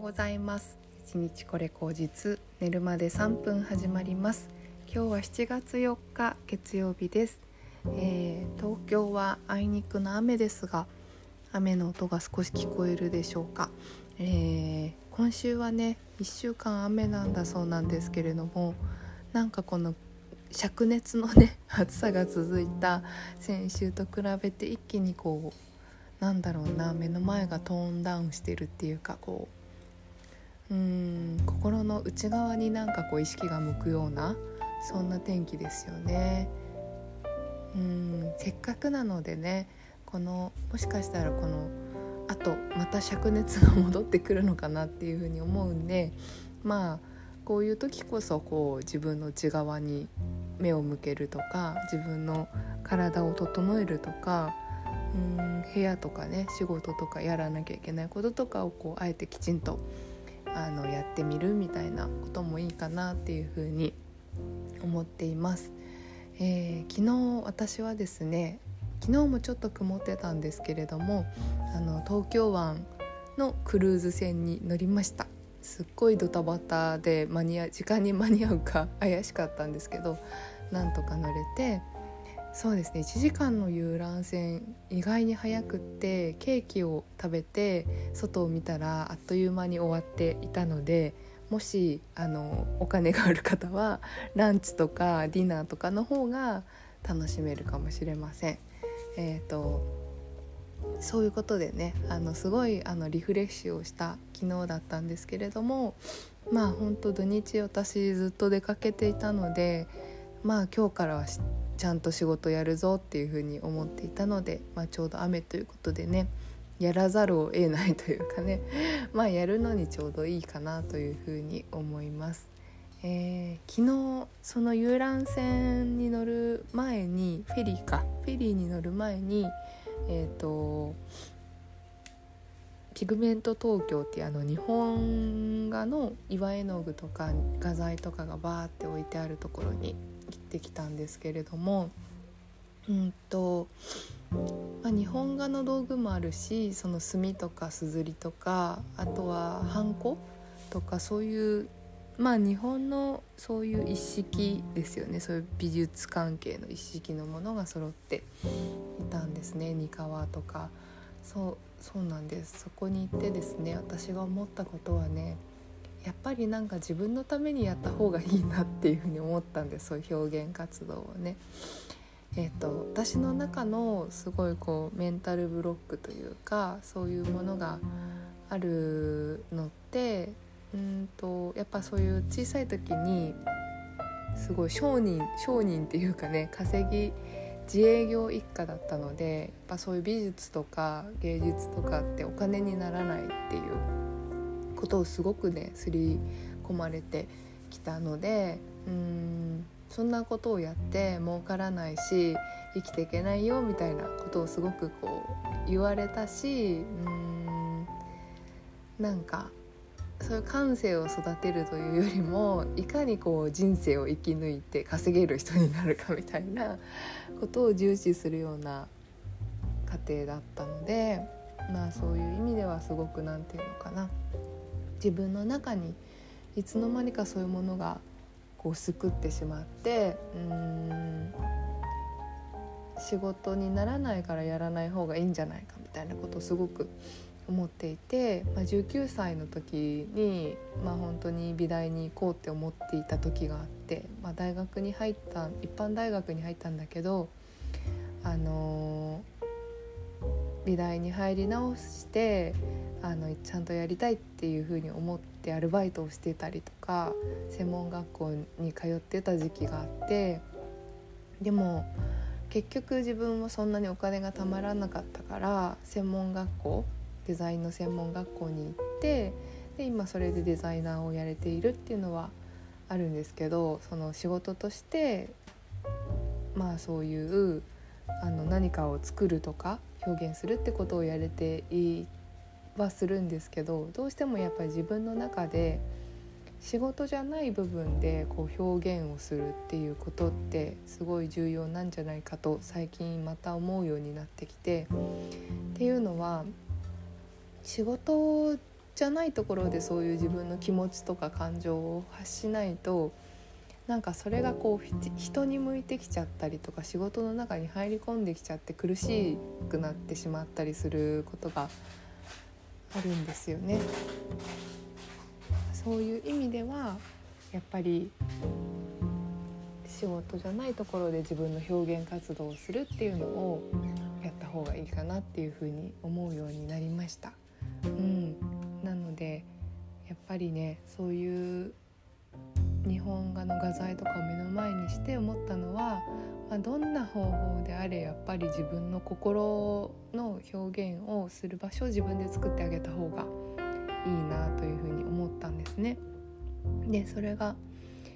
ございます。一日これ口実、寝るまで3分始まります。今日は7月4日月曜日です。東京はあいにくの雨ですが、雨の音が少し聞こえるでしょうか。今週はね1週間雨なんだそうなんですけれども、なんかこの灼熱のね暑さが続いた先週と比べて一気に目の前がトーンダウンしてるっていうか、心の内側に意識が向くような、そんな天気ですよね。せっかくなのでね、もしかしたらあとまた灼熱が戻ってくるのかなっていうふうに思うんで、こういう時こそ自分の内側に目を向けるとか、自分の体を整えるとか、部屋とかね、仕事とかやらなきゃいけないこととかをあえてきちんとやってみるみたいなこともいいかなっていうふうに思っています。昨日私はですね、昨日もちょっと曇ってたんですけれども、東京湾のクルーズ船に乗りました。すっごいドタバタで時間に間に合うか怪しかったんですけど、なんとか乗れて、そうですね、1時間の遊覧船意外に早くって、ケーキを食べて外を見たらあっという間に終わっていたので、もしお金がある方はランチとかディナーとかの方が楽しめるかもしれません。そういうことでね、すごいリフレッシュをした昨日だったんですけれども、本当土日私ずっと出かけていたので、今日からはちゃんと仕事やるぞっていうふうに思っていたので、ちょうど雨ということでね、やらざるを得ないというかねやるのにちょうどいいかなというふうに思います。昨日その遊覧船に乗る前にフェリーに乗る前にピグメント東京っていう日本画の岩絵の具とか画材とかがバーって置いてあるところに行ってきたんですけれども、日本画の道具もあるし、その墨とかすずりとか、あとはハンコとか、そういう日本のそういう一式ですよね。そういう美術関係の一式のものが揃っていたんですね。ニカワとか、そうなんです。そこに行ってですね、私が思ったことはね、やっぱり自分のためにやった方がいいなっていうふうに思ったんです。そういう表現活動をね。私の中のすごいメンタルブロックというか、そういうものがあるのって、やっぱそういう小さい時にすごい商人っていうかね、自営業一家だったので、やっぱそういう美術とか芸術とかってお金にならないっていうことをすごくね刷り込まれてきたので、そんなことをやって儲からないし生きていけないよみたいなことをすごく言われたし、そういう感性を育てるというよりも、いかに人生を生き抜いて稼げる人になるかみたいなことを重視するような家庭だったので、そういう意味ではすごく自分の中にいつの間にかそういうものが救ってしまって、仕事にならないからやらない方がいいんじゃないかみたいなことをすごく思っていて、19歳の時に、本当に美大に行こうって思っていた時があって、一般大学に入ったんだけど、美大に入り直してちゃんとやりたいっていう風に思ってアルバイトをしてたりとか、専門学校に通ってた時期があって、でも結局自分はそんなにお金がたまらなかったから、デザインの専門学校に行って、で今それでデザイナーをやれているっていうのはあるんですけど、その仕事としてそういう何かを作るとか表現するってことをやれてはするんですけど、どうしてもやっぱり自分の中で仕事じゃない部分で表現をするっていうことってすごい重要なんじゃないかと最近また思うようになってきて、っていうのは仕事じゃないところでそういう自分の気持ちとか感情を発しないと、なんかそれがこう人に向いてきちゃったりとか、仕事の中に入り込んできちゃって苦しくなってしまったりすることがあるんですよね。そういう意味ではやっぱり仕事じゃないところで自分の表現活動をするっていうのをやった方がいいかなっていうふうに思うようになりました。なのでやっぱりね、そういう日本画の画材とかを目の前にして思ったのは、どんな方法であれやっぱり自分の心の表現をする場所を自分で作ってあげた方がいいなというふうに思ったんですね。でそれが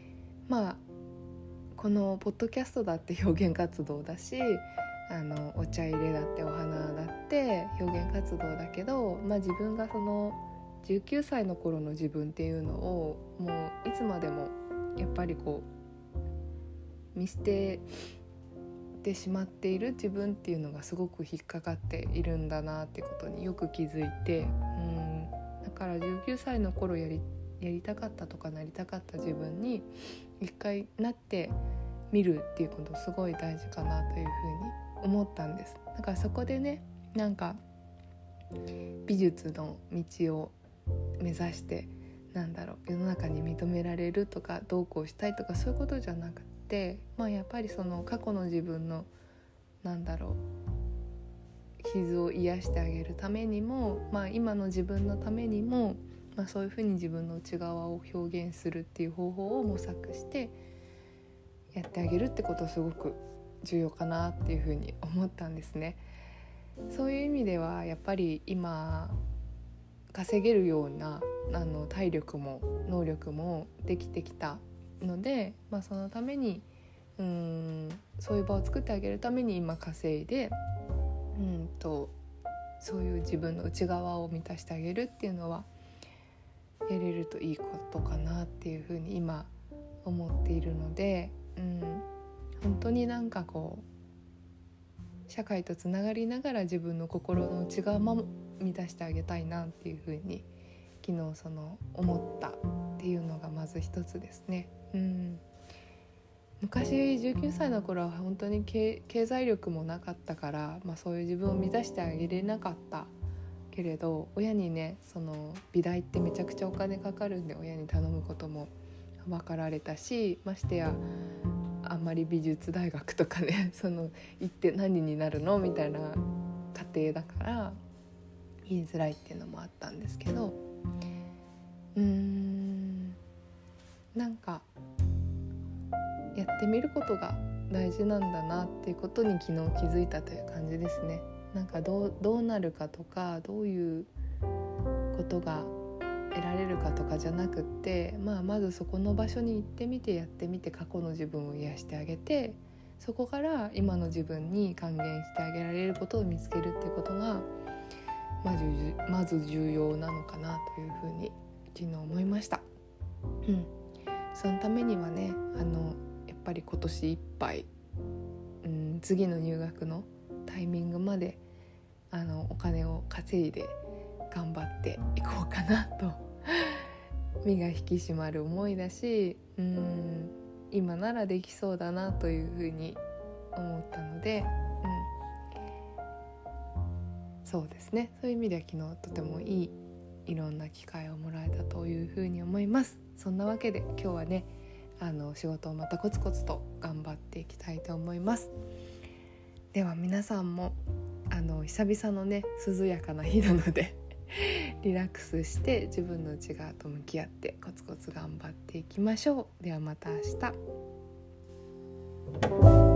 このポッドキャストだって表現活動だし、お茶入れだってお花だって表現活動だけど、自分がその19歳の頃の自分っていうのをもういつまでもやっぱりこう見捨ててしまっている自分っていうのがすごく引っかかっているんだなってことによく気づいて、だから19歳の頃やりたかったとかなりたかった自分に一回なってみるっていうことすごい大事かなというふうに思ったんです。だからそこでね、なんか美術の道を目指して世の中に認められるとかどうこうしたいとかそういうことじゃなくて、やっぱりその過去の自分の傷を癒してあげるためにも、今の自分のためにも、そういうふうに自分の内側を表現するっていう方法を模索してやってあげるってことすごく重要かなっていうふうに思ったんですね。そういう意味ではやっぱり今稼げるような体力も能力もできてきたので、そのためにそういう場を作ってあげるために今稼いでそういう自分の内側を満たしてあげるっていうのはやれるといいことかなっていうふうに今思っているので、本当に社会とつながりながら自分の心の内側も満たしてあげたいなっていうふうに昨日思ったっていうのがまず一つですね。昔19歳の頃は本当に経済力もなかったから、そういう自分を満たしてあげれなかったけれど、親にね美大ってめちゃくちゃお金かかるんで親に頼むこともはばかられたし、ましてやあんまり美術大学とかね行って何になるのみたいな家庭だから言いづらいっていうのもあったんですけど、やってみることが大事なんだなっていうことに昨日気づいたという感じですね。どうなるかとかどういうことが得られるかとかじゃなくって、まずそこの場所に行ってみてやってみて過去の自分を癒してあげて、そこから今の自分に還元してあげられることを見つけるっていうことがまず重要なのかなというふうに昨日思いました。そのためにはねやっぱり今年いっぱい、次の入学のタイミングまでお金を稼いで頑張っていこうかなと身が引き締まる思いだし、今ならできそうだなというふうに思ったので、そうですね、そういう意味では昨日とてもいろんな機会をもらえたというふうに思います。そんなわけで今日はね仕事をまたコツコツと頑張っていきたいと思います。では皆さんも久々のね涼やかな日なのでリラックスして自分の内側と向き合ってコツコツ頑張っていきましょう。ではまた明日。